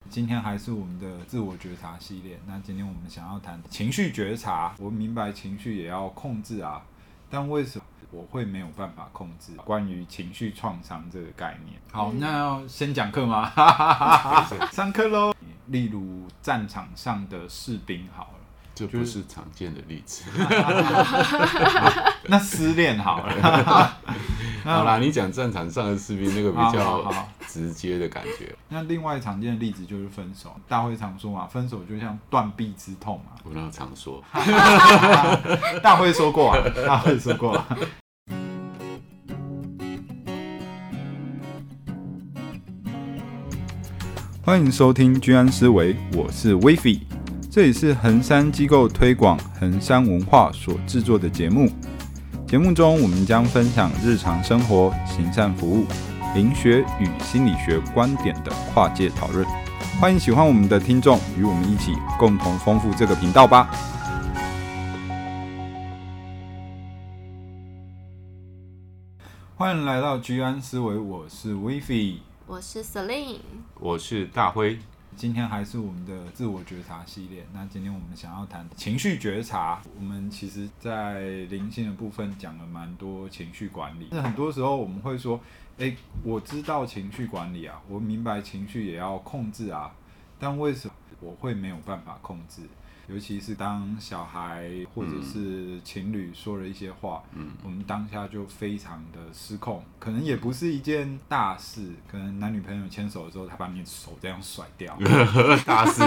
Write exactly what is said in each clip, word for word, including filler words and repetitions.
今天还是我们的自我觉察系列。那今天我们想要谈情绪觉察。我明白情绪也要控制啊，但为什么我会没有办法控制？关于情绪创伤这个概念。好，那要先讲课吗？上课喽。例如战场上的士兵好了。 这不是常见的例子。 那失恋好了。 好啦，你讲战场上的士兵那个比较直接的感觉。 那另外常见的例子就是分手。大会常说嘛，分手就像断臂之痛嘛。 我那常说。 大会说过啊，大会说过啊。欢迎收听居安思维，我是威菲。这里是衡山机构推广衡山文化所制作的节目。节目中，我们将分享日常生活、行善服务、灵学与心理学观点的跨界讨论。欢迎喜欢我们的听众与我们一起共同丰富这个频道吧。欢迎来到居安思维，我是威菲， 我是 Celine， 我是大辉。 今天还是我们的自我觉察系列。那今天我们想要谈情绪觉察。我们其实在灵性的部分讲了蛮多情绪管理。很多时候我们会说，欸，我知道情绪管理啊，我明白情绪也要控制啊，但为什么我会没有办法控制？尤其是当小孩或者是情侣说了一些话，嗯，我们当下就非常的失控，可能也不是一件大事，可能男女朋友牵手的时候，他把你的手这样甩掉， 大事。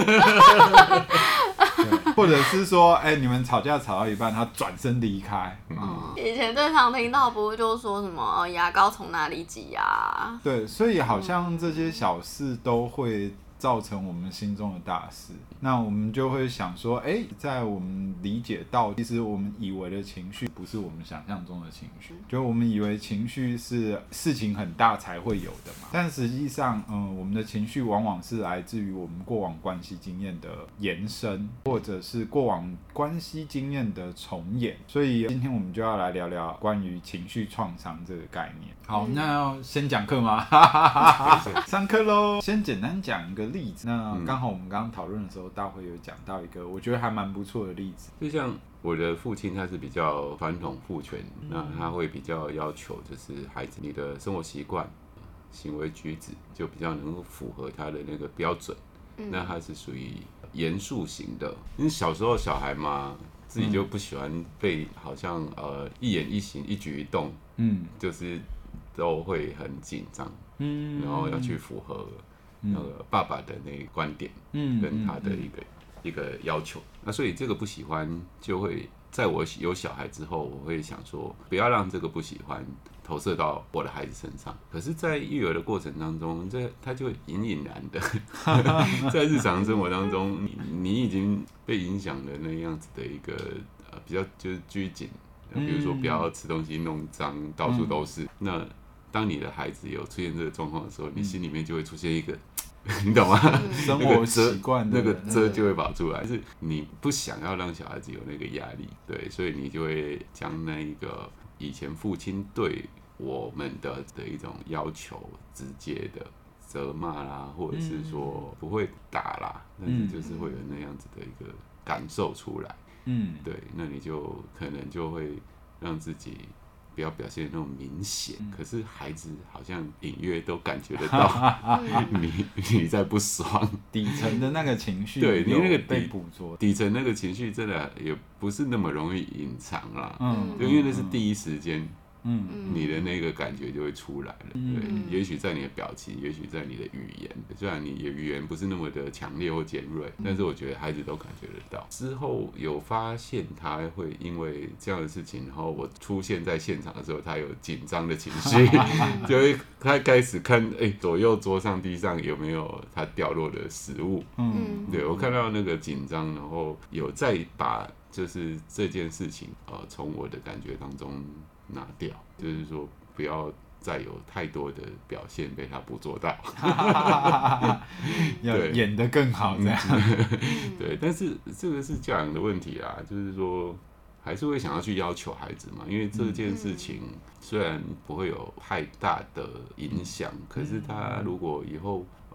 对，或者是说，哎、欸，你们吵架吵到一半，他转身离开。 嗯，以前最常听到不是就说什么、哦、牙膏从哪里挤啊？ 对，所以好像这些小事都会造成我们心中的大事。那我们就会想说，哎，在我们理解到，其实我们以为的情绪不是我们想象中的情绪，就我们以为情绪是事情很大才会有的嘛。但实际上，嗯，我们的情绪往往是来自于我们过往关系经验的延伸，或者是过往关系经验的重演。所以今天我们就要来聊聊关于情绪创伤这个概念。好，那要先讲课吗？上课喽！先简单讲一个例子。那刚好我们刚刚讨论的时候，大会有讲到一个我觉得还蛮不错的例子。 就像我的父亲，他是比较传统父权，嗯、那他会比较要求就是孩子你的生活习惯、行为举止就比较能够符合他的那个标准。嗯、那他是属于严肃型的，因为小时候小孩嘛，自己就不喜欢被好像呃一言一行、一举一动，嗯，就是都会很紧张，嗯，然后要去符合那个爸爸的那个观点，嗯，跟他的一个、嗯、一个要求。那所以这个不喜欢就会在我有小孩之后，我会想说，不要让这个不喜欢投射到我的孩子身上。可是，在育儿的过程当中，这他就隐隐然的在日常生活当中，你你已经被影响了那样子的一个呃比较就是拘谨，比如说不要吃东西弄脏，到处都是。嗯、那当你的孩子有出现这个状况的时候，你心里面就会出现一个。你懂吗？ 生活习惯那个遮就会跑出来，就是你不想要让小孩子有那个压力，对，所以你就会将那一个以前父亲对我们的的一种要求，直接的责骂啦，或者是说不会打啦，但是就是会有那样子的一个感受出来，嗯，对，那你就可能就会让自己。不要表现那么明显，嗯、可是孩子好像隐约都感觉得到你你在不爽， 底层的那个情绪， 对你那个被捕捉， 底层那个情绪真的也不是那么容易隐藏啦，嗯，就因为那是第一时间。嗯，你的那个感觉就会出来了，嗯、对，也许在你的表情，也许在你的语言，虽然你的语言不是那么的强烈或尖锐，但是我觉得孩子都感觉得到。之后有发现他会因为这样的事情，然后我出现在现场的时候，他有紧张的情绪，就会他开始看，哎、欸，左右桌上地上有没有他掉落的食物，嗯，对我看到那个紧张，然后有再把就是这件事情，呃，从我的感觉当中。拿掉，就是说不要再有太多的表现被他捕捉到， 要演得更好这样。 对，但是这个是教养的问题啦，就是说还是会想要去要求孩子嘛，因为这件事情虽然不会有太大的影响，可是他如果以后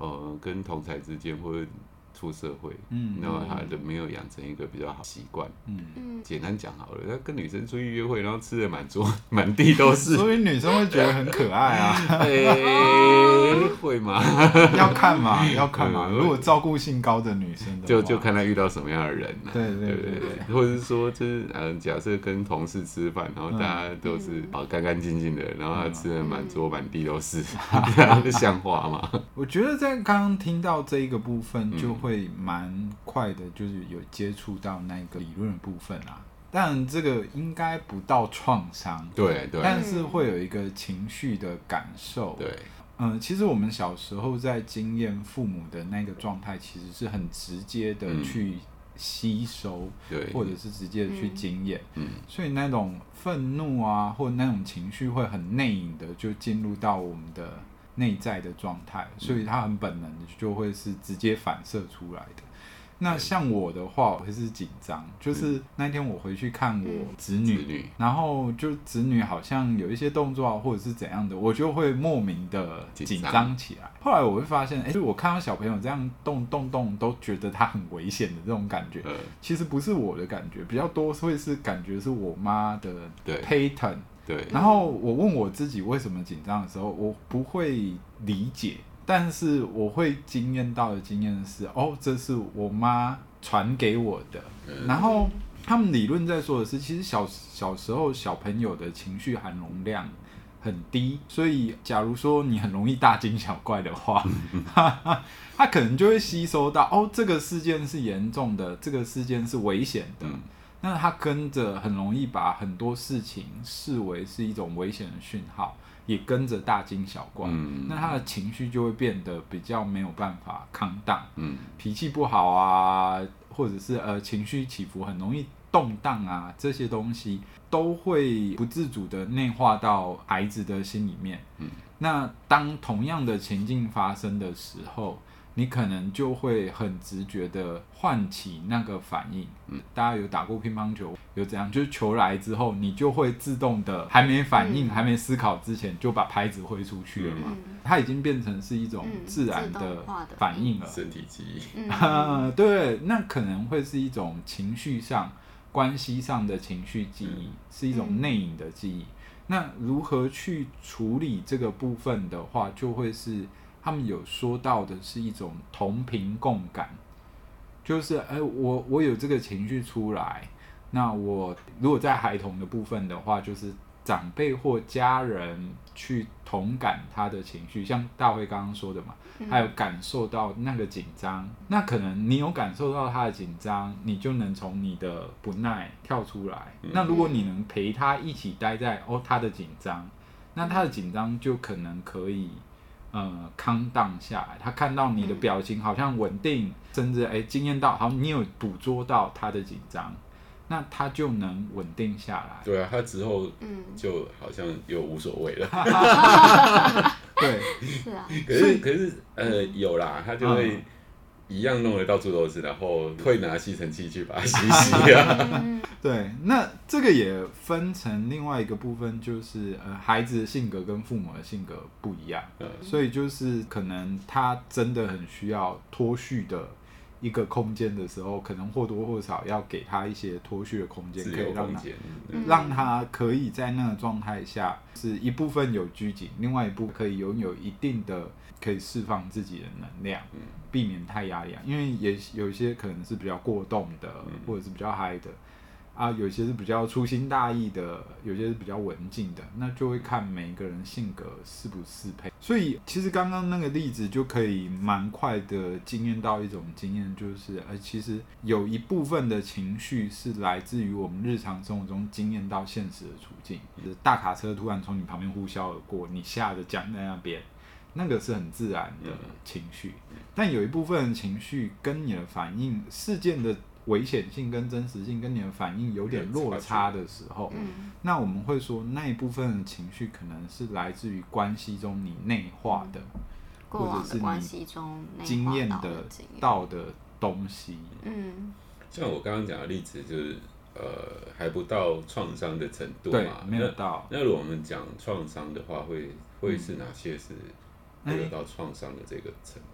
呃跟同才之间或者出社会， 嗯， 然后他的没有养成一个比较好习惯。 嗯， 简单讲好了，他跟女生出去约会，然后吃的满桌满地都是， 所以女生会觉得很可爱啊。 欸、会吗？ 要看嘛，要看嘛。 嗯如果照顾性高的女生的话， 就就看他遇到什么样的人、啊。 对对对对对对，或者是说，就是呃，假设跟同事吃饭，然后大家都是啊干干净净的，然后他吃的满桌满地都是，这样就像话吗？ 我觉得在刚刚听到这一个部分，就会蛮快的，就是有接触到那个理论的部分啦。但这个应该不到创伤， 对对， 但是会有一个情绪的感受。 对， 嗯，其实我们小时候在经验父母的那个状态，其实是很直接的去吸收， 对， 或者是直接的去经验。 嗯， 所以那种愤怒啊，或者那种情绪会很内隐的就进入到我们的内在的状态，所以它很本能的就会是直接反射出来的。那像我的话，我会是紧张，就是那天我回去看我侄女， 子女然后就侄女好像有一些动作啊，或者是怎样的，我就会莫名的紧张起来。后来我会发现，哎、欸，我看到小朋友这样动动动，都觉得他很危险的这种感觉，其实不是我的感觉，比较多会是感觉是我妈的 pattern。 对， 然后我问我自己为什么紧张的时候，我不会理解。但是我会经验到的经验是，哦，这是我妈传给我的。嗯、然后他们理论在说的是，其实小小时候小朋友的情绪含容量很低，所以假如说你很容易大惊小怪的话，他可能就会吸收到，哦，这个事件是严重的，这个事件是危险的。嗯，那他跟着很容易把很多事情视为是一种危险的讯号。也跟着大惊小怪，嗯、那他的情绪就会变得比较没有办法抗荡，嗯、脾气不好啊，或者是呃情绪起伏很容易动荡啊，这些东西都会不自主的内化到孩子的心里面。嗯、那当同样的情境发生的时候，你可能就会很直觉的唤起那个反应。嗯，大家有打过乒乓球，有怎样？就是球来之后，你就会自动的还没反应、嗯、还没思考之前，就把拍子挥出去了嘛。嗯、它已经变成是一种自然的反应了。 身体记忆。 嗯、对，那可能会是一种情绪上、关系上的情绪记忆，嗯、是一种内隐的记忆。那如何去处理这个部分的话，就会是。他们有说到的是一种同频共感，就是哎、欸，我我有这个情绪出来，那我如果在孩童的部分的话，就是长辈或家人去同感他的情绪，像大辉刚刚说的嘛，还有感受到那个紧张，那可能你有感受到他的紧张，你就能从你的不耐跳出来。那如果你能陪他一起待在哦他的紧张，那他的紧张就可能可以。呃，calm down下来，他看到你的表情好像稳定，嗯、甚至哎惊艳到，好，你有捕捉到他的紧张，那他就能稳定下来。 对啊，他之后就好像又无所谓了。 对， 是啊。 可是可是呃有啦，他就会一样弄得到处都是，然后会拿吸尘器去把它吸吸啊。 对，那这个也分成另外一个部分，就是呃，孩子的性格跟父母的性格不一样，嗯、所以就是可能他真的很需要脱序的一个空间的时候，可能或多或少要给他一些脱序的空间，可以让他、嗯、让他可以在那个状态下，是一部分有拘谨，另外一部分可以拥有一定的可以释放自己的能量，嗯、避免太压抑，因为也有一些可能是比较过动的，嗯、或者是比较嗨的。啊，有些是比较粗心大意的，有些是比较文静的，那就会看每一个人性格适不适配。所以其实刚刚那个例子就可以蛮快的经验到一种经验，就是呃，其实有一部分的情绪是来自于我们日常生活中经验到现实的处境，就是大卡车突然从你旁边呼啸而过，你吓得僵在那边，那个是很自然的情绪。但有一部分的情绪跟你的反应事件的危险性跟真实性跟你的反应有点落差的时候，嗯、那我们会说那一部分的情绪可能是来自于关系中你内化的， 嗯、或者是你经验的到的东西。 嗯， 像我刚刚讲的例子，就是呃还不到创伤的程度嘛， 对，没有到。 那, 那如果我们讲创伤的话，会会是哪些是会有到创伤的这个程度？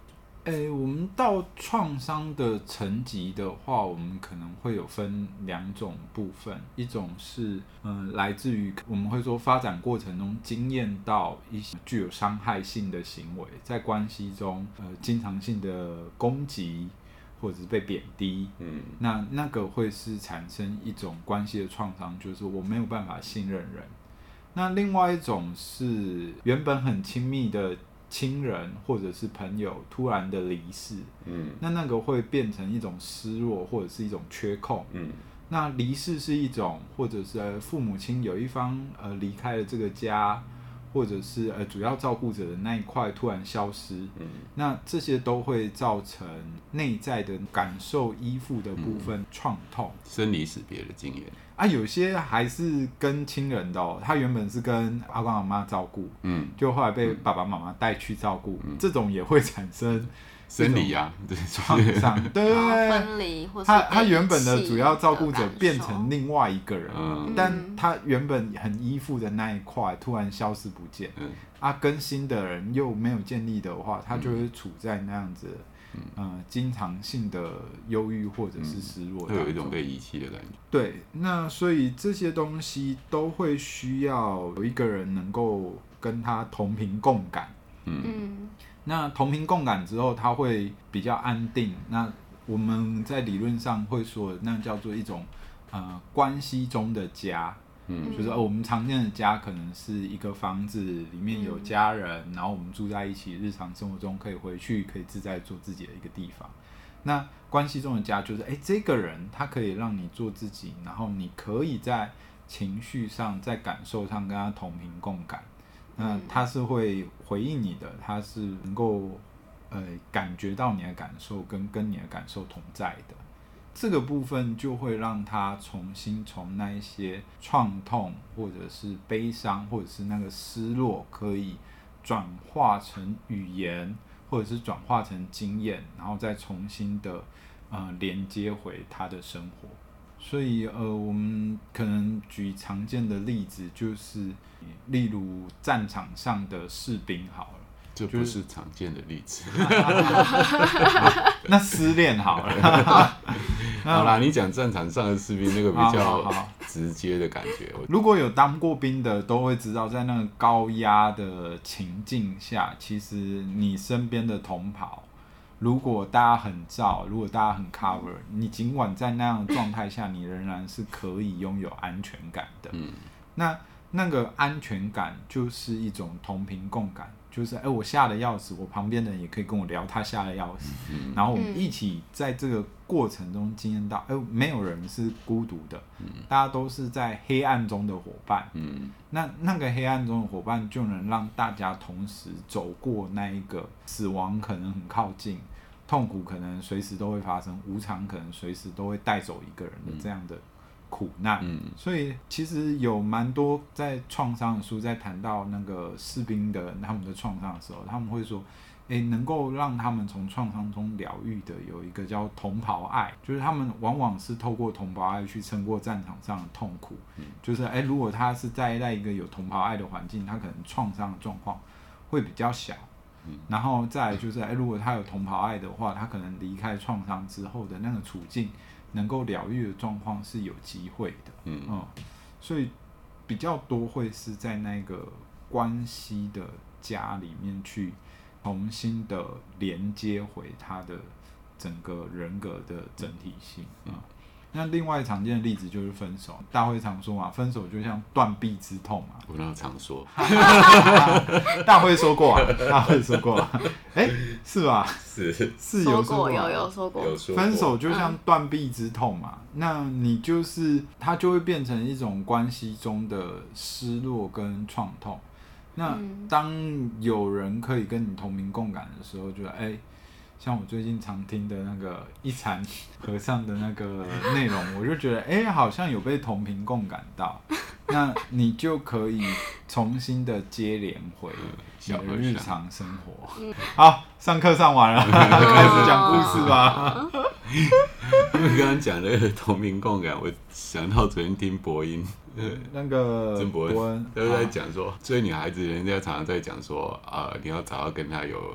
诶，我们到创伤的层级的话，我们可能会有分两种部分，一种是嗯、呃、来自于我们会说发展过程中经验到一些具有伤害性的行为，在关系中呃经常性的攻击或者是被贬低，嗯，那那个会是产生一种关系的创伤，就是我没有办法信任人。那另外一种是原本很亲密的亲人或者是朋友突然的离世，嗯，那那个会变成一种失落或者是一种缺空，嗯，那离世是一种，或者是父母亲有一方呃离开了这个家，或者是呃主要照顾者的那一块突然消失，嗯，那这些都会造成内在的感受依附的部分创痛， 生离死别的经验。 啊，有些还是跟亲人的哦，他原本是跟阿公阿妈照顾，嗯，就后来被爸爸妈妈带去照顾，嗯，这种也会产生生离啊，对， 创伤，对对对， 分离，或是他他原本的主要照顾者变成另外一个人， 嗯， 但他原本很依附的那一块突然消失不见，嗯，啊，跟新的人又没有建立的话，他就会处在那样子。嗯呃、经常性的忧郁或者是失落， 会有一种被遗弃的感觉。 对，那所以这些东西都会需要有一个人能够跟他同频共感。嗯，那同频共感之后，他会比较安定。那我们在理论上会说，那叫做一种呃关系中的家。嗯，就是、哦、我们常见的家可能是一个房子，里面有家人，嗯、然后我们住在一起，日常生活中可以回去，可以自在做自己的一个地方。那关系中的家就是，哎，这个人他可以让你做自己，然后你可以在情绪上、在感受上跟他同频共感。那他是会回应你的，他是能够呃感觉到你的感受，跟跟你的感受同在的。这个部分就会让他重新从那一些创痛或者是悲伤或者是那个失落可以转化成语言或者是转化成经验，然后再重新的呃连接回他的生活。所以呃我们可能举常见的例子，就是例如战场上的士兵好了， 这不是常见的例子。 那失恋好了。 好啦，你讲战场上的士兵那个比较直接的感觉。 如果有当过兵的，都会知道，在那个高压的情境下，其实你身边的同袍，如果大家很燥，如果大家很 cover， 你尽管在那样的状态下，你仍然是可以拥有安全感的。嗯，那那个安全感就是一种同频共感。就是哎、欸，我吓得要死，我旁边的人也可以跟我聊他吓得要死，嗯、然后我们一起在这个过程中经验到，哎、欸，没有人是孤独的，嗯、大家都是在黑暗中的伙伴。嗯，那那个黑暗中的伙伴就能让大家同时走过那一个死亡可能很靠近，痛苦可能随时都会发生，无常可能随时都会带走一个人的这样的苦难。嗯，所以其实有蛮多在创伤的书在谈到那个士兵的他们的创伤的时候，他们会说，欸，能够让他们从创伤中疗愈的有一个叫同袍爱，就是他们往往是透过同袍爱去撑过战场上的痛苦。嗯，就是欸，如果他是在在一个有同袍爱的环境，他可能创伤的状况会比较小。嗯，然后再来就是欸，如果他有同袍爱的话，他可能离开创伤之后的那个处境能够疗愈的状况是有机会的。嗯，嗯，所以比较多会是在那个关系的家里面去重新的连接回他的整个人格的整体性。嗯，那另外常见的例子就是分手，大会常说嘛，分手就像断臂之痛嘛。 我那常说， 大会说过啊，大会说过啊，哎、欸，是吧？ 是是有说过， 有有说过， 有说过。 分手就像断臂之痛嘛，嗯、那你就是它就会变成一种关系中的失落跟创痛。那当有人可以跟你同频共感的时候，就哎。欸像我最近常听的那个一禅和尚的那个内容，我就觉得哎、欸，好像有被同频共感到，那你就可以重新的接连回你的日常生活。好，上课上完了，开始讲故事吧。 因为刚刚讲那个同频共感，我想到昨天听播音， 那个曾博恩都在讲说，追女孩子，人家常常在讲说，啊、呃，你要找到跟她有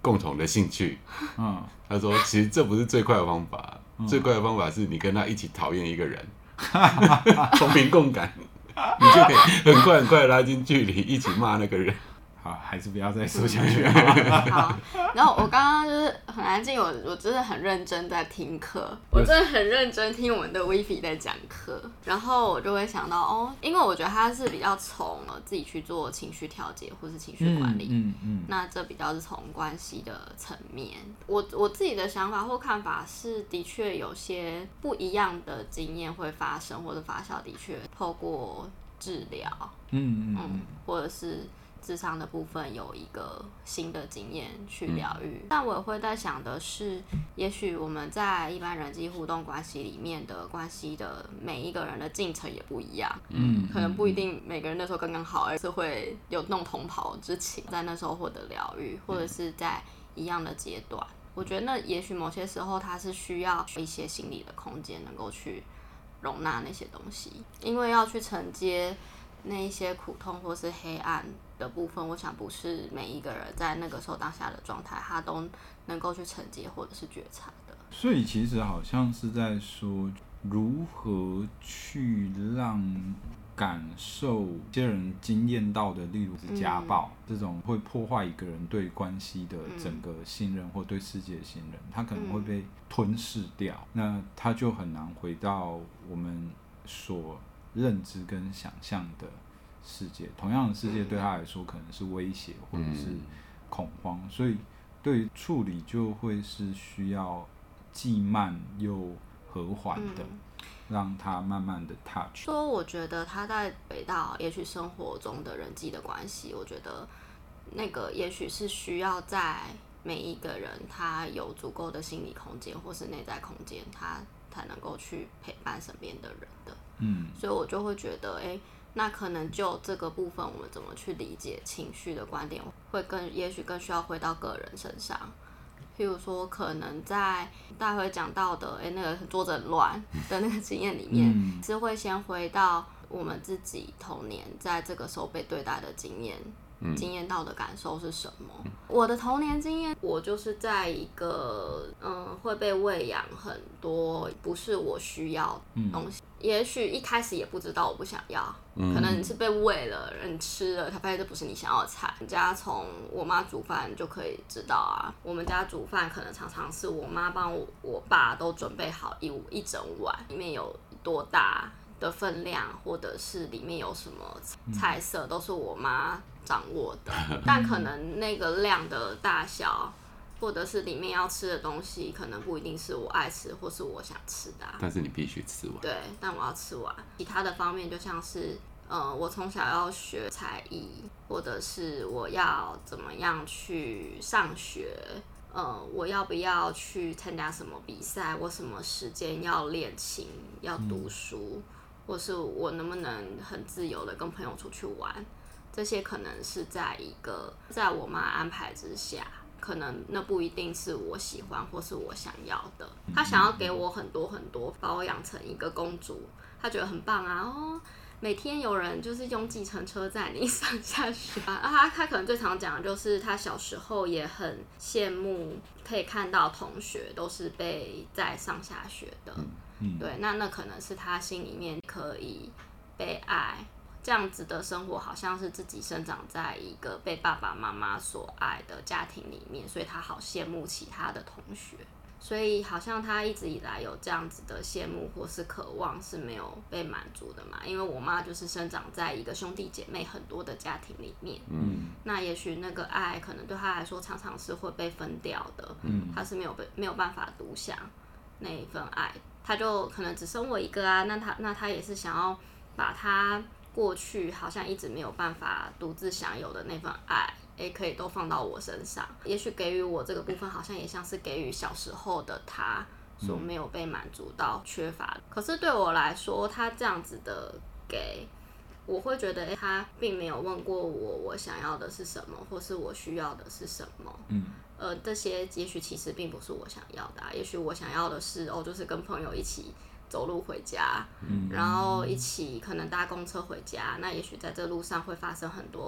共同的兴趣。 嗯， 他说，其实这不是最快的方法， 嗯最快的方法是你跟他一起讨厌一个人，同频共感，你就可以很快很快拉近距离，一起骂那个人。 好，还是不要再说下去。 好，然后我刚刚就是很安静，我我真的很认真在听课，我真的很认真听我们的 Vivi 在讲课，然后我就会想到哦，因为我觉得他是比较从自己去做情绪调节或是情绪管理， 嗯嗯嗯， 那这比较是从关系的层面。我我自己的想法或看法是，的确有些不一样的经验会发生或者发酵，的确透过治疗， 嗯嗯嗯，或者是智商的部分有一个新的经验去疗愈，嗯、但我也会在想的是，也许我们在一般人际互动关系里面的关系的每一个人的进程也不一样，嗯，可能不一定每个人那时候刚刚好，而是会有弄同袍之情，在那时候获得疗愈，或者是在一样的阶段，我觉得那也许某些时候它是需要一些心理的空间，能够去容纳那些东西，因为要去承接那一些苦痛或是黑暗的部分，我想不是每一个人在那个时候当下的状态，他都能够去承接或者是觉察的。 所以其实好像是在说，如何去让感受一些人经验到的，例如是家暴、嗯、这种会破坏一个人对关系的整个信任、嗯、或对世界的信任，他可能会被吞噬掉、嗯、那他就很难回到我们所认知跟想象的世界，同样的世界对他来说可能是威胁或者是恐慌、嗯、所以对于处理就会是需要既慢又和缓的、嗯，让他慢慢的 touch。 说我觉得他在回到也许生活中的人际的关系，我觉得那个也许是需要在每一个人他有足够的心理空间或是内在空间，他才能够去陪伴身边的人的。嗯，所以我就会觉得，哎、欸，那可能就这个部分，我们怎么去理解情绪的观点，会更也许更需要回到个人身上。譬如说，可能在待会讲到的，哎、欸，那个桌子很乱的那个经验里面、嗯，是会先回到我们自己童年在这个时候被对待的经验。经验到的感受是什么？嗯、我的童年经验，我就是在一个嗯会被喂养很多不是我需要的东西，嗯、也许一开始也不知道我不想要，嗯、可能你是被喂了，人吃了，才发现这不是你想要的菜。人家从我妈煮饭就可以知道啊，我们家煮饭可能常常是我妈帮我我爸都准备好一一整碗，里面有多大的分量，或者是里面有什么菜色，都是我妈掌握的，但可能那个量的大小，或者是里面要吃的东西，可能不一定是我爱吃或是我想吃的、啊。 但是你必须吃完。 对，但我要吃完。其他的方面，就像是，呃，我从小要学才艺，或者是我要怎么样去上学，呃，我要不要去参加什么比赛，我什么时间要练琴，要读书，嗯、或是我能不能很自由的跟朋友出去玩。这些可能是在一个在我妈安排之下，可能那不一定是我喜欢或是我想要的。她想要给我很多很多，把我养成一个公主，她觉得很棒啊！哦，每天有人就是用计程车载你上下学啊。她她可能最常讲的就是她小时候也很羡慕可以看到同学都是被载上下学的。嗯，对，那那可能是她心里面可以被爱。这样子的生活好像是自己生长在一个被爸爸妈妈所爱的家庭里面，所以他好羡慕其他的同学，所以好像他一直以来有这样子的羡慕或是渴望是没有被满足的嘛。因为我妈就是生长在一个兄弟姐妹很多的家庭里面，嗯，那也许那个爱可能对他来说常常是会被分掉的，嗯，他是没有被没有办法独享那一份爱，他就可能只生我一个啊，那他那他也是想要把他过去好像一直没有办法独自享有的那份爱，也可以都放到我身上。也许给予我这个部分，好像也像是给予小时候的他所没有被满足到、缺乏的。可是对我来说，他这样子的给，我会觉得，欸，他并没有问过我，我想要的是什么，或是我需要的是什么。嗯。呃，这些也许其实并不是我想要的、啊，也许我想要的是，哦，就是跟朋友一起走路回家，嗯、然后一起可能搭公车回家，那也许在这路上会发生很多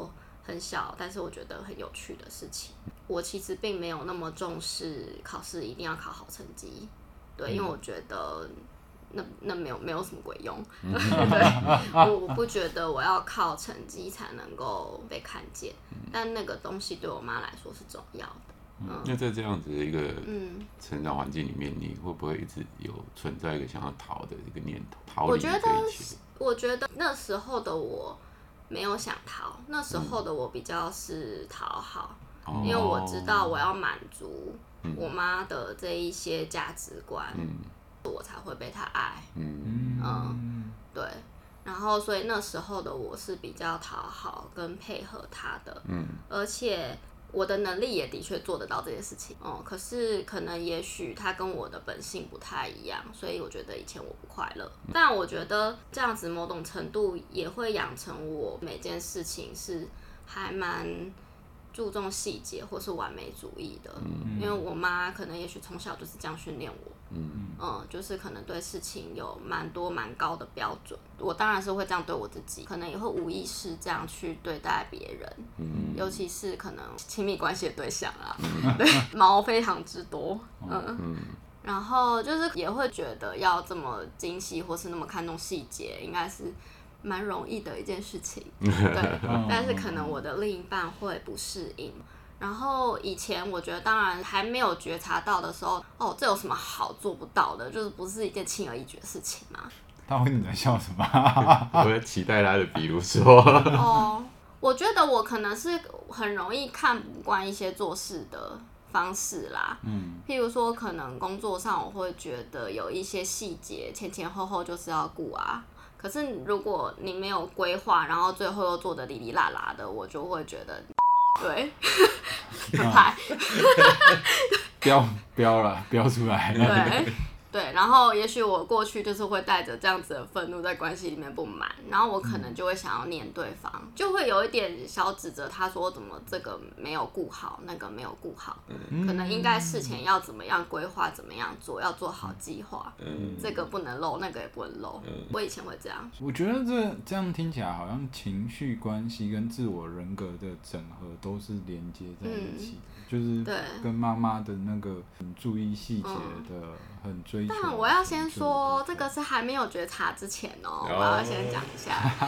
很小，但是我觉得很有趣的事情。我其实并没有那么重视考试一定要考好成绩，对，因为我觉得那那没有没有什么鬼用，对，我我不觉得我要靠成绩才能够被看见，但那个东西对我妈来说是重要的。嗯， 那在这样子的一个成长环境里面，你会不会一直有存在一个想要逃的一个念头？逃离这一切？ 我觉得那时候的我没有想逃，那时候的我比较是讨好，嗯、因为我知道我要满足我妈的这一些价值观，嗯、我才会被她爱。嗯, 嗯对。然后，所以那时候的我是比较讨好跟配合她的，嗯、而且我的能力也的确做得到这件事情。哦、嗯，可是可能也许她跟我的本性不太一样，所以我觉得以前我不快乐。但我觉得这样子某种程度也会养成我每件事情是还蛮注重细节或是完美主义的。嗯、因为我妈可能也许从小就是这样训练我。嗯, 嗯，就是可能对事情有蛮多蛮高的标准，我当然是会这样对我自己，可能也会无意识这样去对待别人，嗯、尤其是可能亲密关系的对象啦，嗯、对，毛非常之多，嗯，嗯然后就是也会觉得要这么精细或是那么看重细节，应该是蛮容易的一件事情，对，但是可能我的另一半会不适应。然后以前我觉得当然还没有觉察到的时候，哦，这有什么好做不到的？就是不是一件轻而易举的事情吗？ 他会你在笑什么？ 我会期待他的，比如说， 哦，我觉得我可能是很容易看不惯一些做事的方式啦，嗯，譬如说可能工作上我会觉得有一些细节前前后后就是要顾啊。可是如果你没有规划，然后最后又做得哩哩啦啦的，我就会觉得。对，很派， 标标了，标出来了。 对对，然后也许我过去就是会带着这样子的愤怒在关系里面不满，然后我可能就会想要念对方，嗯、就会有一点小指责他说怎么这个没有顾好，那个没有顾好，嗯、可能应该事前要怎么样规划，怎么样做，要做好计划，嗯、这个不能漏，那个也不能漏。嗯、我以前会这样。 我觉得这这样听起来好像情绪关系跟自我人格的整合都是连接在一起的。嗯就是跟妈妈的那个很注意细节的、嗯、很追求。 但我要先说，这个是还没有觉察之前哦、喔， oh. 我要先讲一下。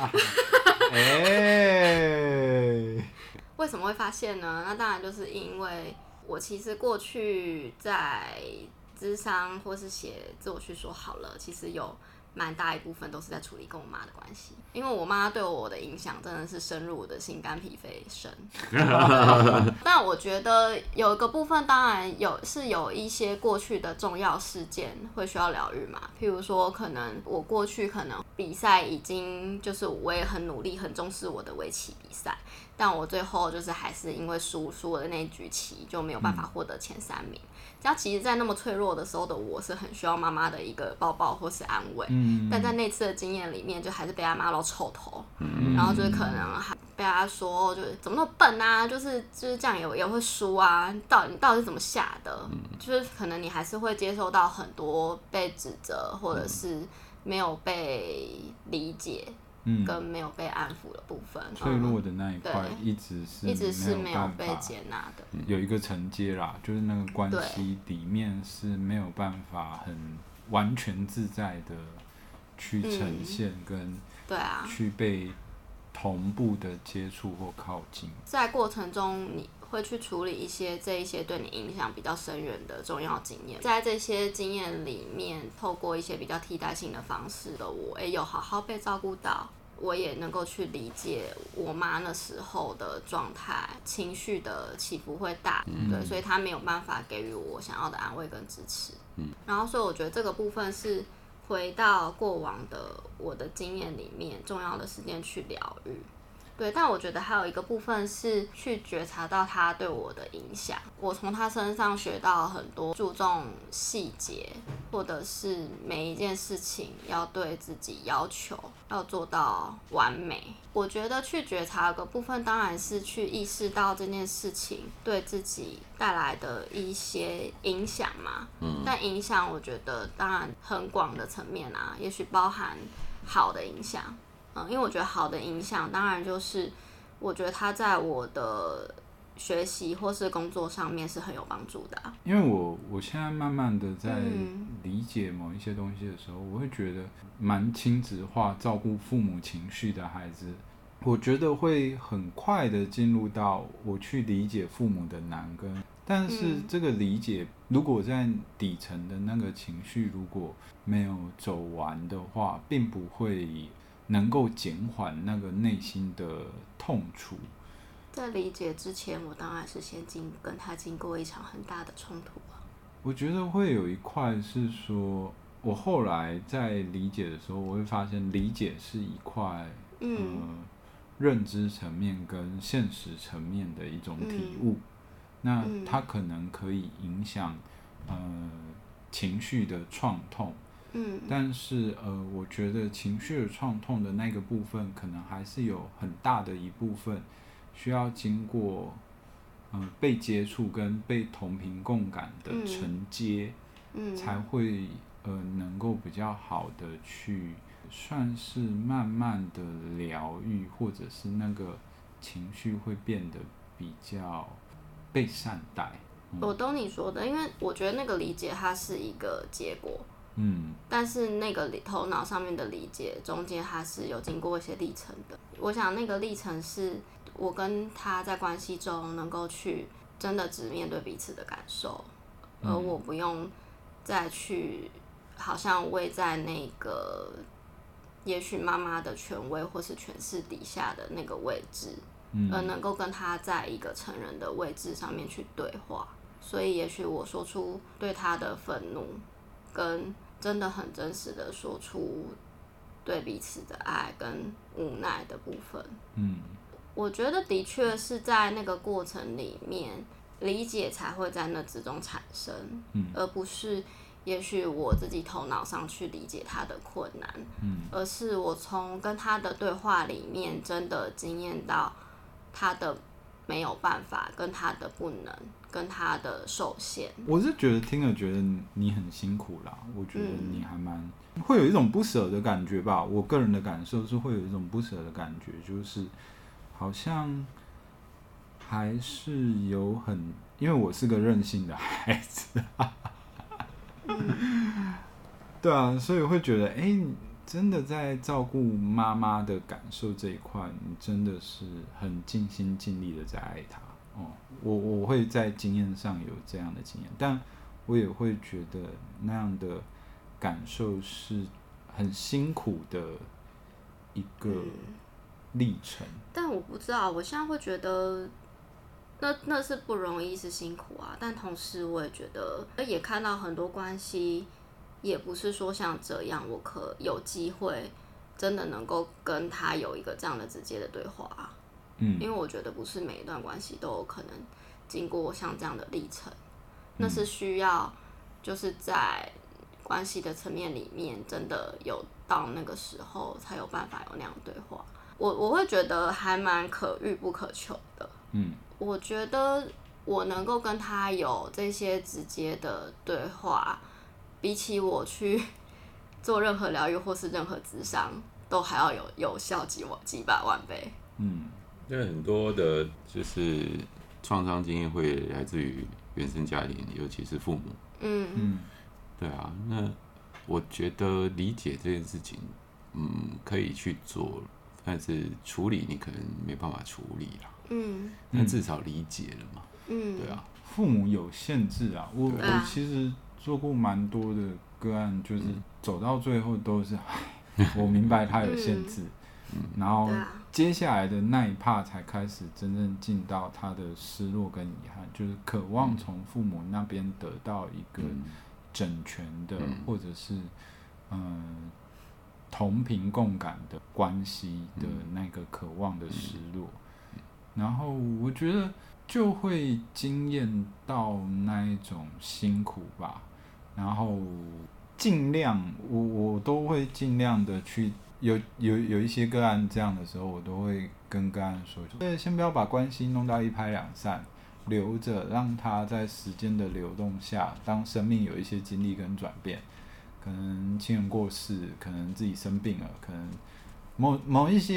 欸、为什么会发现呢？那当然就是因为我其实过去在諮商或是写自我叙说好了，其实有蛮大一部分都是在处理跟我妈的关系，因为我妈对我的影响真的是深入我的心肝脾肺肾。但我觉得有一个部分当然有是有一些过去的重要事件会需要疗愈嘛，譬如说可能我过去可能比赛已经就是我也很努力很重视我的围棋比赛，但我最后就是还是因为输输我的那一局棋就没有办法获得前三名。这样其实在那么脆弱的时候的我是很需要妈妈的一个抱抱或是安慰，嗯、但在那次的经验里面就还是被他骂到臭头，嗯、然后就是可能还被他说就是怎么那么笨啊，就是就是这样也也会输啊，到底你到底是怎么下的，嗯、就是可能你还是会接受到很多被指责或者是没有被理解。嗯、跟没有被安抚的部分， 脆弱的那一块一直是一直是没有被接纳的， 有一个承接啦，就是那个关系里面是没有办法很完全自在的去呈现跟对啊去被同步的接触或靠近， 在过程中你会去处理一些这一些对你影响比较深远的重要经验，在这些经验里面，透过一些比较替代性的方式的我，也有好好被照顾到，我也能够去理解我妈那时候的状态，情绪的起伏会大，嗯、对，所以她没有办法给予我想要的安慰跟支持，嗯、然后所以我觉得这个部分是回到过往的我的经验里面重要的时间去疗愈。对，但我觉得还有一个部分是去觉察到他对我的影响。我从他身上学到很多注重细节，或者是每一件事情要对自己要求，要做到完美。我觉得去觉察的部分当然是去意识到这件事情对自己带来的一些影响嘛。嗯。但影响我觉得当然很广的层面啊，也许包含好的影响。嗯，因为我觉得好的影响当然就是我觉得它在我的学习或是工作上面是很有帮助的、啊。 因为我我现在慢慢的在嗯理解某一些东西的时候，我会觉得蛮亲子化、照顾父母情绪的孩子，我觉得会很快的进入到我去理解父母的难跟，但是这个理解如果在底层的那个情绪如果没有走完的话，并不会能够减缓那个内心的痛楚。 在理解之前，我当然是先经跟他经过一场很大的冲突啊。 我觉得会有一块是说，我后来在理解的时候，我会发现理解是一块，嗯、呃，认知层面跟现实层面的一种体悟。嗯、那它可能可以影响，呃，情绪的创痛。嗯，但是呃，我觉得情绪的创痛的那个部分，可能还是有很大的一部分需要经过。呃、被接触跟被同频共感的承接，嗯嗯、才会呃能够比较好的去算是慢慢的疗愈，或者是那个情绪会变得比较被善待。 嗯、我懂你说的，因为我觉得那个理解它是一个结果，嗯，但是那个头脑上面的理解中间它是有经过一些历程的。我想那个历程是。我跟他在关系中能够去真的只面对彼此的感受，而我不用再去好像位在那个也许妈妈的权威或是权势底下的那个位置，而能够跟他在一个成人的位置上面去对话。所以也许我说出对他的愤怒，跟真的很真实的说出对彼此的爱跟无奈的部分，嗯。我觉得的确是在那个过程里面，理解才会在那之中产生，嗯、而不是也许我自己头脑上去理解他的困难，嗯、而是我从跟他的对话里面真的经验到他的没有办法，跟他的不能，跟他的受限。 我是觉得听了觉得你很辛苦啦，我觉得你还蛮、嗯、会有一种不舍的感觉吧。我个人的感受是会有一种不舍的感觉，就是。好像还是有很，因为我是个任性的孩子，嗯、对啊，所以会觉得，哎、欸，真的在照顾妈妈的感受这一块，你真的是很尽心尽力的在爱她。哦，我我会在经验上有这样的经验，但我也会觉得那样的感受是很辛苦的一个。嗯历程， 但我不知道，我现在会觉得那那是不容易，是辛苦啊。但同时，我也觉得，也看到很多关系，也不是说像这样，我可有机会真的能够跟他有一个这样的直接的对话、啊。嗯，因为我觉得不是每一段关系都有可能经过像这样的历程，那是需要就是在关系的层面里面，真的有到那个时候才有办法有那样对话。我我会觉得还蛮可遇不可求的。嗯，我觉得我能够跟他有这些直接的对话，比起我去做任何疗愈或是任何諮商，都还要有有效几万几百万倍。 嗯，因为很多的就是创伤经验会来自于原生家庭，尤其是父母。嗯嗯，对啊，那我觉得理解这件事情，嗯，可以去做。但是处理你可能没办法处理啦，嗯，但至少理解了嘛，嗯，对啊， 父母有限制啊，我、啊、我其实做过蛮多的个案，就是走到最后都是，嗯、我明白他有限制，嗯，然后接下来的那一趴才开始真正进到他的失落跟遗憾，就是渴望从父母那边得到一个整全的，嗯、或者是嗯。呃同频共感的关系的那个渴望的失落，嗯、然后我觉得就会经验到那一种辛苦吧，然后尽量我我都会尽量的去有有有一些个案这样的时候，我都会跟个案说，就先不要把关系弄到一拍两散，留着让它在时间的流动下，当生命有一些经历跟转变。可能亲人过世，可能自己生病了，可能某某一些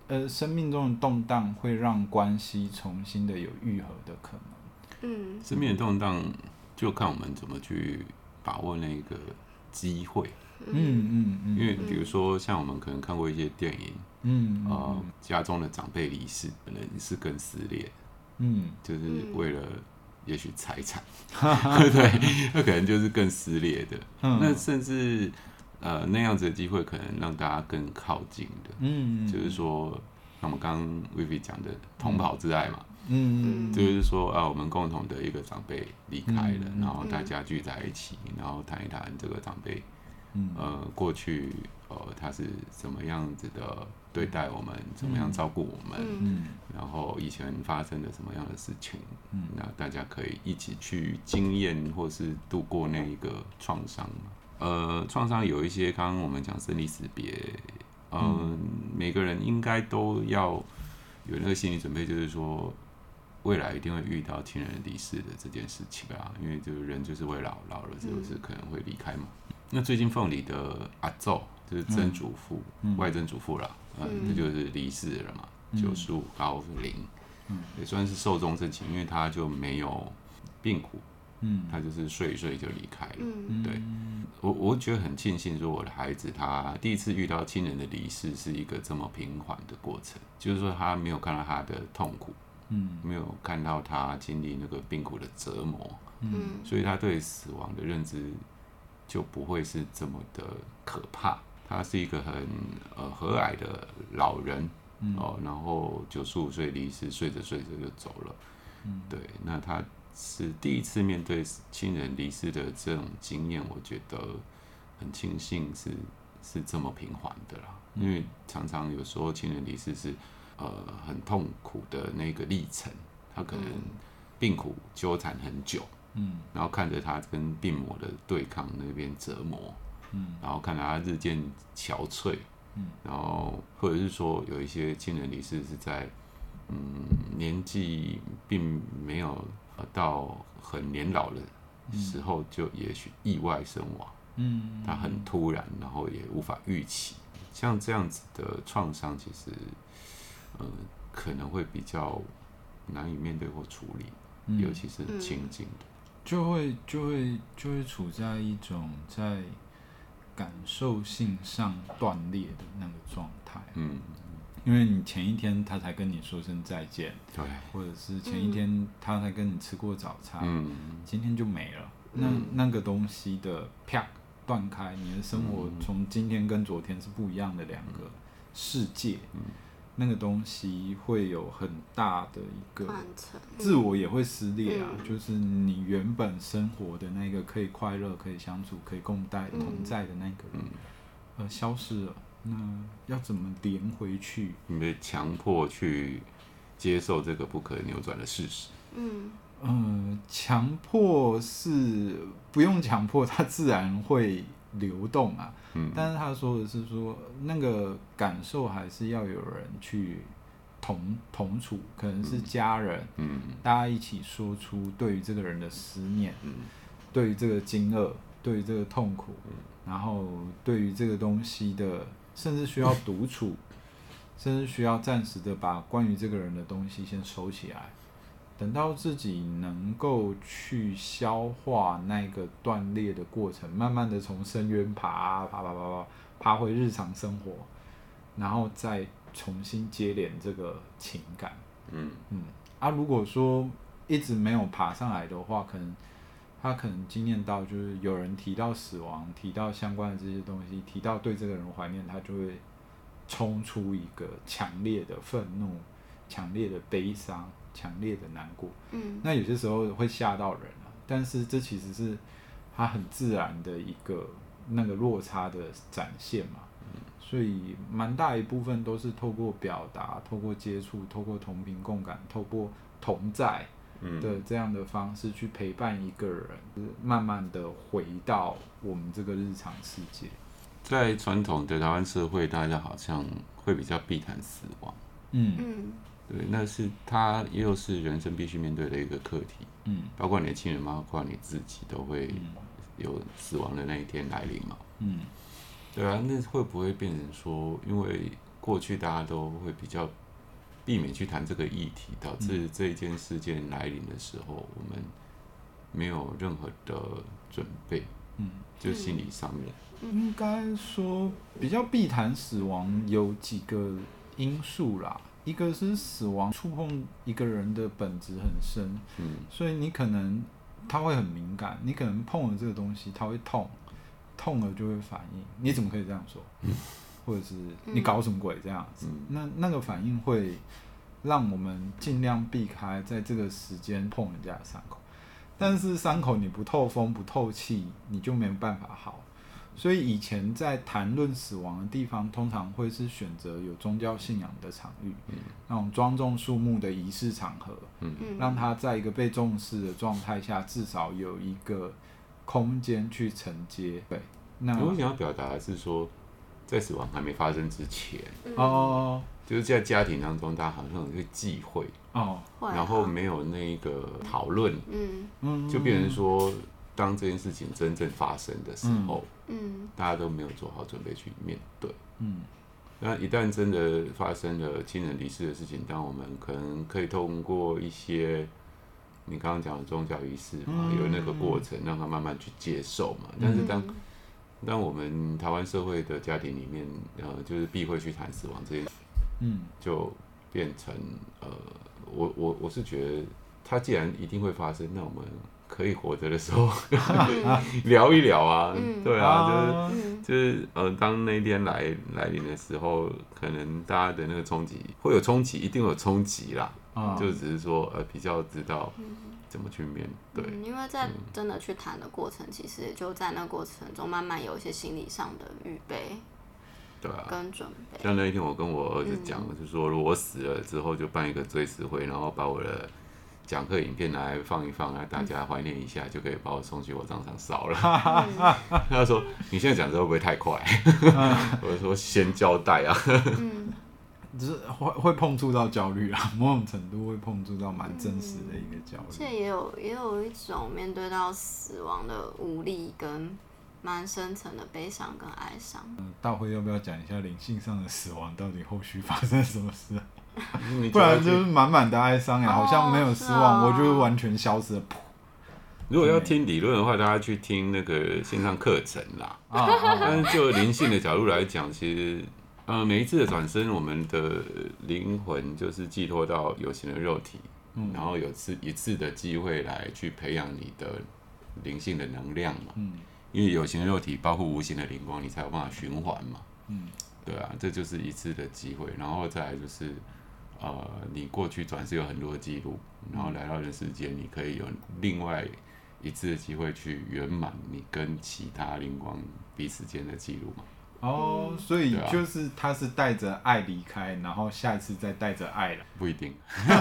呃，生命中的动荡会让关系重新的有愈合的可能。 嗯， 生命的动荡就看我们怎么去把握那个机会。 嗯嗯嗯， 因为比如说像我们可能看过一些电影， 嗯呃，家中的长辈离世，可能是更撕裂， 嗯， 就是为了也许财产，对，那可能就是更撕裂的。 嗯那甚至呃那样子的机会，可能让大家更靠近的。 嗯， 就是说，像我们刚刚 Vivi 讲的同袍之爱嘛， 嗯， 就是说啊，我们共同的一个长辈离开了， 嗯然后大家聚在一起，然后谈一谈这个长辈。 嗯呃，过去呃他是怎么样子的对待我们，怎么样照顾我们， 嗯然后以前发生了什么样的事情， 嗯那大家可以一起去经验或是度过那一个创伤。呃，创伤有一些，刚刚我们讲生离死别，呃、嗯，每个人应该都要有那个心理准备，就是说未来一定会遇到亲人离世的这件事情啊，因为就是人就是会老，老了就是可能会离开嘛。那最近凤梨的阿祖就是曾祖父、嗯、外曾祖父啦，嗯，这、嗯、就是离世了嘛，九十五高龄，嗯，也算是寿终正寝，因为他就没有病苦，嗯，他就是睡一睡就离开了，嗯，对，我我觉得很庆幸，说我的孩子他第一次遇到亲人的离世是一个这么平缓的过程，就是说他没有看到他的痛苦，嗯，没有看到他经历那个病苦的折磨，嗯，所以他对死亡的认知就不会是这么的可怕。他是一个很呃和蔼的老人，嗯、哦，然后九十五岁离世，睡着睡着就走了。嗯，对，那他是第一次面对亲人离世的这种经验，我觉得很庆幸是是这么平缓的啦。因为常常有时候亲人离世是呃很痛苦的那个历程，他可能病苦纠缠很久。嗯，然后看着他跟病魔的对抗那边折磨，嗯，然后看着他日渐憔悴，嗯，然后或者是说有一些亲人离世是在，嗯，年纪并没有到很年老的时候，就也许意外身亡，嗯，他很突然，然后也无法预期，像这样子的创伤，其实，呃，可能会比较难以面对或处理，嗯、尤其是亲近的。 就会就会就会处在一种在感受性上断裂的那个状态，嗯，因为你前一天他才跟你说声再见，对，或者是前一天他才跟你吃过早餐，嗯，今天就没了，嗯、那那个东西的啪断开，你的生活从今天跟昨天是不一样的两个世界，嗯。那个东西会有很大的一个自我也会撕裂啊，嗯、就是你原本生活的那个可以快乐、可以相处、可以共在同在的那个人，嗯、呃，消失了。那要怎么连回去？ 你被强迫去接受这个不可扭转的事实。 嗯嗯，强、呃、迫是不用强迫，它自然会流动啊。嗯、但是他说的是说，那个感受还是要有人去同同处，可能是家人，嗯、大家一起说出对于这个人的思念，嗯、对于这个惊愕，对于这个痛苦，嗯、然后对于这个东西的，甚至需要独处，甚至需要暂时的把关于这个人的东西先收起来。等到自己能够去消化那个断裂的过程，慢慢的从深渊爬爬爬爬爬爬回日常生活，然后再重新接连这个情感。嗯嗯啊，如果说一直没有爬上来的话，可能他可能经验到就是有人提到死亡，提到相关的这些东西，提到对这个人怀念，他就会冲出一个强烈的愤怒、强烈的悲伤。强烈的难过，嗯，那有些时候会吓到人啊，但是这其实是它很自然的一个那个落差的展现嘛，嗯，所以蛮大一部分都是透过表达、透过接触、透过同频共感、透过同在的这样的方式去陪伴一个人，慢慢的回到我们这个日常世界。 在传统的台湾社会，大家好像会比较避谈死亡，嗯嗯。对，那是他又是人生必须面对的一个课题，嗯，包括你的亲人，包括你自己，都会有死亡的那一天来临嘛，嗯，对啊，那会不会变成說，因為过去大家都会比较避免去谈这个议题，导致这一件事件来临的时候，我们没有任何的准备，嗯，就心理上面。 应该说比较避谈死亡有几个因素啦，一个是死亡触碰一个人的本质很深，嗯，所以你可能他会很敏感，你可能碰了这个东西，他会痛，痛了就会反应。你怎么可以这样说？嗯、或者是你搞什么鬼这样子？嗯、那那个反应会让我们尽量避开在这个时间碰人家的伤口。但是伤口你不透风不透气，你就没有办法好。所以以前在谈论死亡的地方，通常会是选择有宗教信仰的场域，嗯、那种庄重肃穆的仪式场合，嗯、让他在一个被重视的状态下，至少有一个空间去承接。对，那我想要表达的是说，在死亡还没发生之前， 哦、嗯， 就是在家庭当中，大家好像有一个忌讳，哦，然后没有那个讨论，嗯，就变成说，当这件事情真正发生的时候，嗯，大家都没有做好准备去面对，嗯，那一旦真的发生了亲人离世的事情，当我们可能可以通过一些你刚刚讲的宗教仪式嘛，嗯、有那个过程，让他慢慢去接受嘛。但是当当我们台湾社会的家庭里面，呃，就是避讳去谈死亡这件事，嗯，就变成呃，我我我是觉得，它既然一定会发生，那我们可以活着的时候聊一聊啊，嗯、对啊，就是、嗯、就是呃，当那一天来来临的时候，可能大家的那个冲击会有冲击，一定会有冲击啦，嗯、就只是说呃，比较知道怎么去面对， 嗯、因为在真的去谈的过程，其实也就在那过程中慢慢有一些心理上的预备。 对啊， 跟准备。 像那一天我跟我儿子讲，嗯、就是说如果我死了之后，就办一个追思会，然后把我的讲课影片拿来放一放，让大家怀念一下，嗯、就可以把我送去火葬场烧了。嗯、他说：“你现在讲这会不会太快？”嗯、我说：“先交代啊。 嗯”就是会会碰触到焦虑啊，某种程度会碰触到蛮真实的一个焦虑。 而且也有也有一种面对到死亡的无力跟蛮深层的悲伤跟哀伤。 嗯，大辉要不要讲一下灵性上的死亡到底后续发生什么事？不然就是满满的哀伤呀，好像没有死亡，哦、我就完全消失了。 如果要听理论的话，大家去听那个线上课程啦。啊，但是就灵性的角度来讲，其实呃每一次的转生，我们的灵魂就是寄托到有形的肉体，嗯、然后有次一次的机会来去培养你的灵性的能量嘛。嗯，因为有形的肉体包括无形的灵光，你才有办法循环嘛。嗯，对啊，这就是一次的机会，然后再来就是。呃，你过去转世有很多的记录，然后来到人世间，你可以有另外一次的机会去圆满你跟其他灵光彼此间的记录嘛。 哦，所以就是他是带着爱离开，然后下一次再带着爱了。 不一定，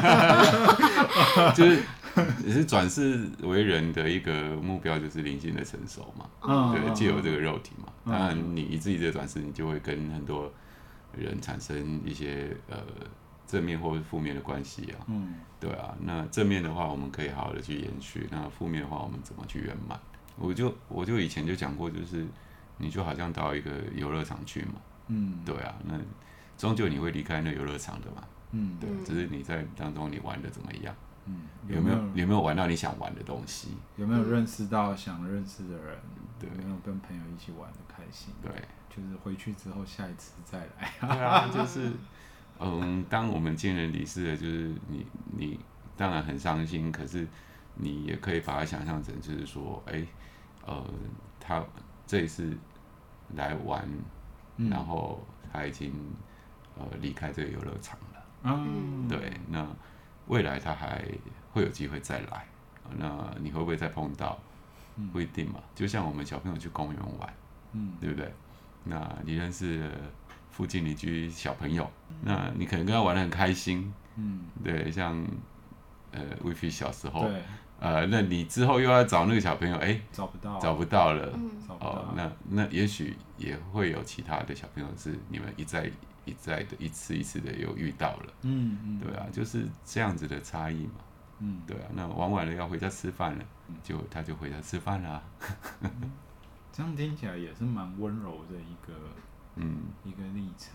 就是也是转世为人的一个目标，就是灵性的成熟嘛。嗯，对，借由这个肉体嘛。当然，你一次一次的转世，你就会跟很多人产生一些呃。正面或是负面的关系啊，嗯，对啊，那正面的话，我们可以好好的去延续；那负面的话，我们怎么去圆满？我就我就以前就讲过，就是你就好像到一个游乐场去嘛，嗯，对啊，那终究你会离开那游乐场的嘛，嗯，对，只是你在当中你玩的怎么样，嗯，有没有有没有玩到你想玩的东西？ 有没有认识到想认识的人？对，有没有跟朋友一起玩的开心？ 对， 就是回去之后下一次再来， 对啊，就是。嗯，当我们亲人离世了，就是你你当然很伤心，可是你也可以把它想象成，就是说，哎、欸，呃，他这一次来玩，嗯、然后他已经呃离开这个游乐场了，嗯，对，那未来他还会有机会再来，那你会不会再碰到？不一定嘛，就像我们小朋友去公园玩，嗯，对不对？那你认识附近邻居小朋友，那你可能跟他玩得很开心，嗯，对，像呃威菲小时候，对，呃，那你之后又要找那个小朋友，哎、欸， 找不到， 找不到了， 嗯， 哦，那那也许也会有其他的小朋友是你们一再一再的一次一次的有遇到了，嗯嗯，对啊，就是这样子的差异嘛，嗯，对啊，那玩完了要回家吃饭了，就他就回家吃饭啦， 嗯，这样听起来也是蛮温柔的一个。嗯，一个历程，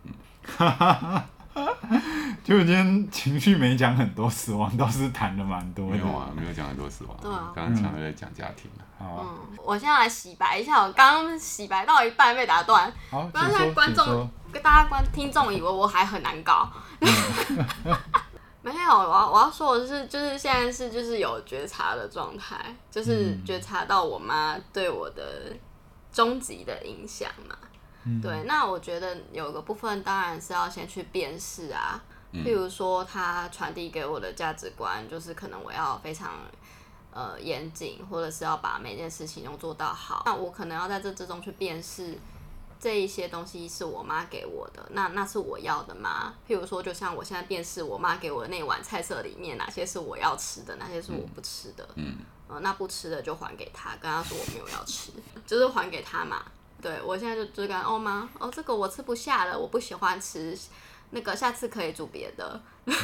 就今天情绪没讲很多，死亡倒是谈了蛮多的。 没有啊，没有讲很多死亡。 对啊刚刚常常在讲家庭啊。 好啊， 嗯，我现在来洗白一下，我刚刚洗白到一半被打断， 好， 不然请说， 现在观众请说。 跟大家观听众以为我还很难搞。没有，我要我要说的是，就是现在是就是有觉察的状态，就是觉察到我妈对我的终极的影响嘛。 嗯对，那我觉得有个部分当然是要先去辨识啊，譬如说她传递给我的价值观，就是可能我要非常呃严谨，或者是要把每件事情都做到好。那我可能要在这之中去辨识这一些东西是我妈给我的，那那是我要的吗？譬如说，就像我现在辨识我妈给我的那碗菜色里面，哪些是我要吃的，哪些是我不吃的。嗯，呃，那不吃的就还给她，跟她说我没有要吃，就是还给她嘛。对，我现在就就跟哦妈，哦这个我吃不下了，我不喜欢吃，那个下次可以煮别的。嗯、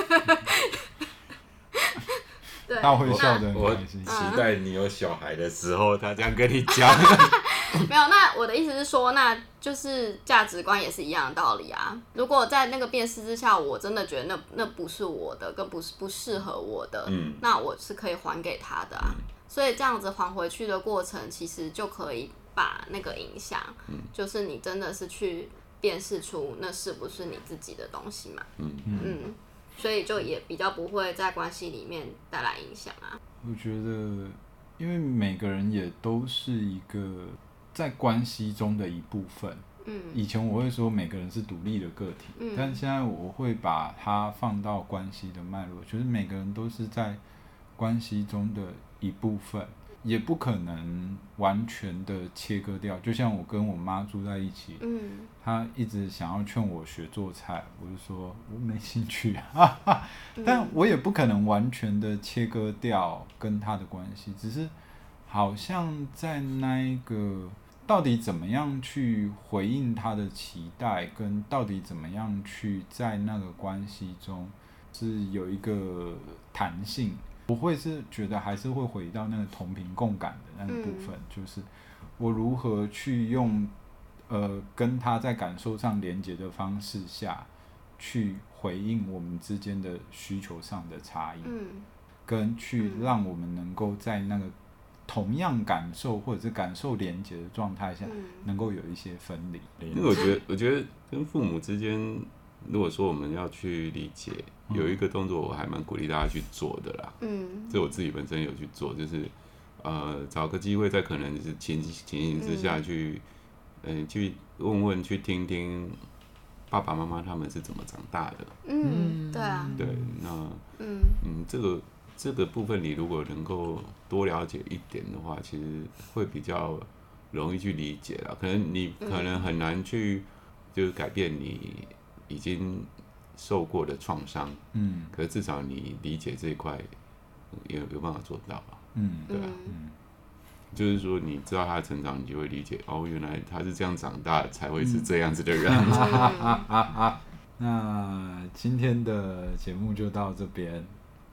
对， 他会笑得我很开心。 期待你有小孩的时候，他这样跟你讲。 没有，那我的意思是说，那就是价值观也是一样的道理啊。如果在那个辨识之下，我真的觉得那那不是我的，更不是不适合我的，嗯，那我是可以还给他的啊。嗯、所以这样子还回去的过程，其实就可以把那个影响，嗯、就是你真的是去辨识出那是不是你自己的东西嘛，嗯嗯，所以就也比较不会在关系里面带来影响啊。 我觉得，因为每个人也都是一个在关系中的一部分。嗯，以前我会说每个人是独立的个体，嗯、但现在我会把它放到关系的脉络，就是每个人都是在关系中的一部分，也不可能完全的切割掉。就像我跟我妈住在一起，嗯，她一直想要劝我学做菜，我就说我没兴趣，哈哈，但我也不可能完全的切割掉跟她的关系，只是好像在那一个到底怎么样去回应他的期待，跟到底怎么样去在那个关系中是有一个弹性，我会是觉得还是会回到那个同频共感的那个部分，嗯、就是我如何去用呃跟他在感受上连结的方式下去回应我们之间的需求上的差异，嗯、跟去让我们能够在那个同样感受或者是感受连结的状态下，嗯、能够有一些分离。 因为我觉得，我觉得跟父母之间，如果说我们要去理解，嗯、有一个动作我还蛮鼓励大家去做的啦。嗯，这我自己本身有去做，就是呃找个机会，在可能是情情形之下去，嗯、呃，去问问，去听听爸爸妈妈他们是怎么长大的。 嗯，对啊。 对，那嗯嗯这个。这个部分你如果能够多了解一点的话，其实会比较容易去理解啦。可能你可能很难去就是改变你已经受过的创伤，嗯，可是至少你理解这一块有有办法做到吧？嗯，对啊，嗯，就是说你知道他的成长，你就会理解哦，原来他是这样长大才会是这样子的人。 嗯、那今天的节目就到这边。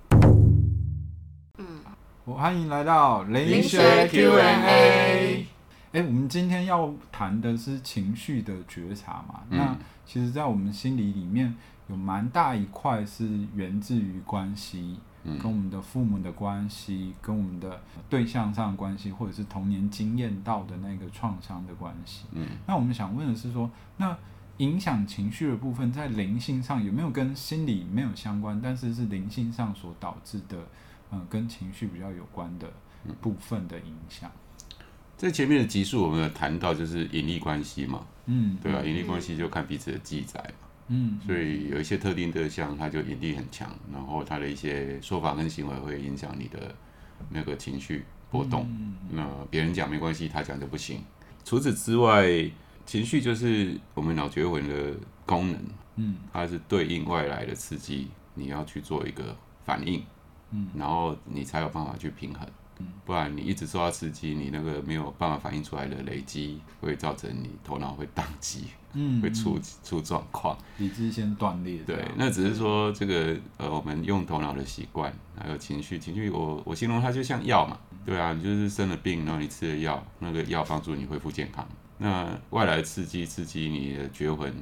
我欢迎来到灵学 Q and A。哎，我们今天要谈的是情绪的觉察嘛？嗯、那其实，在我们心理里面有蛮大一块是源自于关系，嗯、跟我们的父母的关系，跟我们的对象上的关系，或者是童年经验到的那个创伤的关系。嗯、那我们想问的是说，那影响情绪的部分，在灵性上有没有跟心理没有相关，但是是灵性上所导致的？嗯，跟情绪比较有关的部分的影响。 在前面的集数我们有谈到，就是引力关系嘛，嗯，对吧、啊？引力关系就看彼此的记载嘛，嗯，所以有一些特定对象，他就引力很强，然后他的一些说法跟行为会影响你的那个情绪波动。嗯、那别人讲没关系，他讲就不行。除此之外，情绪就是我们脑觉魂的功能，嗯，它是对应外来的刺激，你要去做一个反应。嗯、然后你才有办法去平衡，嗯、不然你一直受到刺激，你那个没有办法反应出来的累积，会造成你头脑会宕机，嗯、会出出状况， 理智先断裂。 对，那只是说这个呃，我们用头脑的习惯，还有情绪，情绪我我形容它就像药嘛，对啊，你就是生了病，然后你吃了药，那个药帮助你恢复健康。那外来的刺激刺激你的觉魂，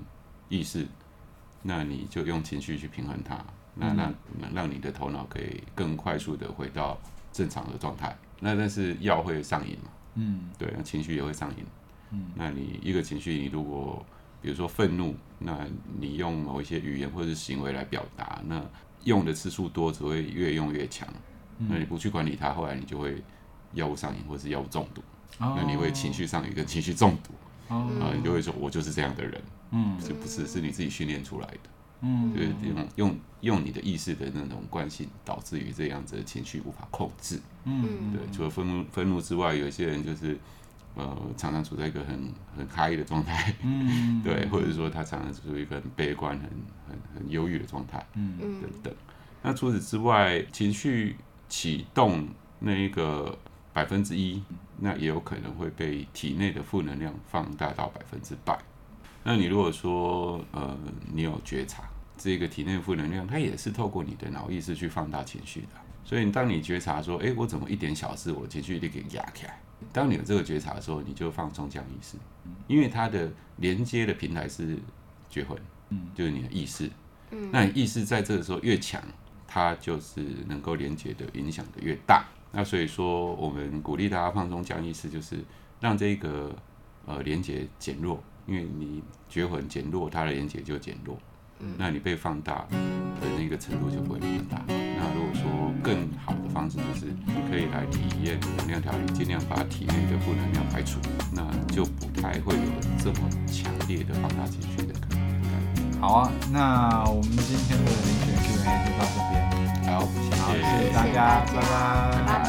意识，那你就用情绪去平衡它，那让让你的头脑可以更快速的回到正常的状态。那但是药会上瘾嘛？嗯，对，情绪也会上瘾。嗯，那你一个情绪，你如果比如说愤怒，那你用某一些语言或者是行为来表达，那用的次数多，只会越用越强。嗯、那你不去管理它，后来你就会药物上瘾或是药物中毒。哦、那你会情绪上瘾跟情绪中毒。哦、啊，你就会说我就是这样的人。嗯，就不是是你自己训练出来的。嗯，就是用用用你的意识的那种惯性，导致于这样子的情绪无法控制。嗯，对，除了愤怒愤怒之外，有一些人就是呃常常处在一个很很嗨的状态。嗯，对，或者说他常常处于一个很悲观、很很很忧郁的状态。嗯，等等。那除此之外，情绪启动那一个百分之一，那也有可能会被体内的负能量放大到百分之百。那你如果说呃你有觉察，这个体内负能量，它也是透过你的脑意识去放大情绪的。所以当你觉察说，哎，我怎么一点小事我情绪一定给压起来？当你有这个觉察的时候，你就放松降意识，因为它的连接的平台是觉魂，就是你的意识。那你意识在这个时候越强，它就是能够连接的影响的越大。那所以说，我们鼓励大家放松降意识，就是让这个呃连接减弱。因为你觉魂减弱，它的连结就减弱，嗯、那你被放大的那个程度就不会那么大。那如果说更好的方式，就是可以来体验能量调理，尽量把体内的负能量排除，那就不太会有这么强烈的放大情绪的感觉。 好啊，那我们今天的灵选 Q and A 就到这边。 好，谢谢， 好，谢谢大家，拜拜。 拜拜。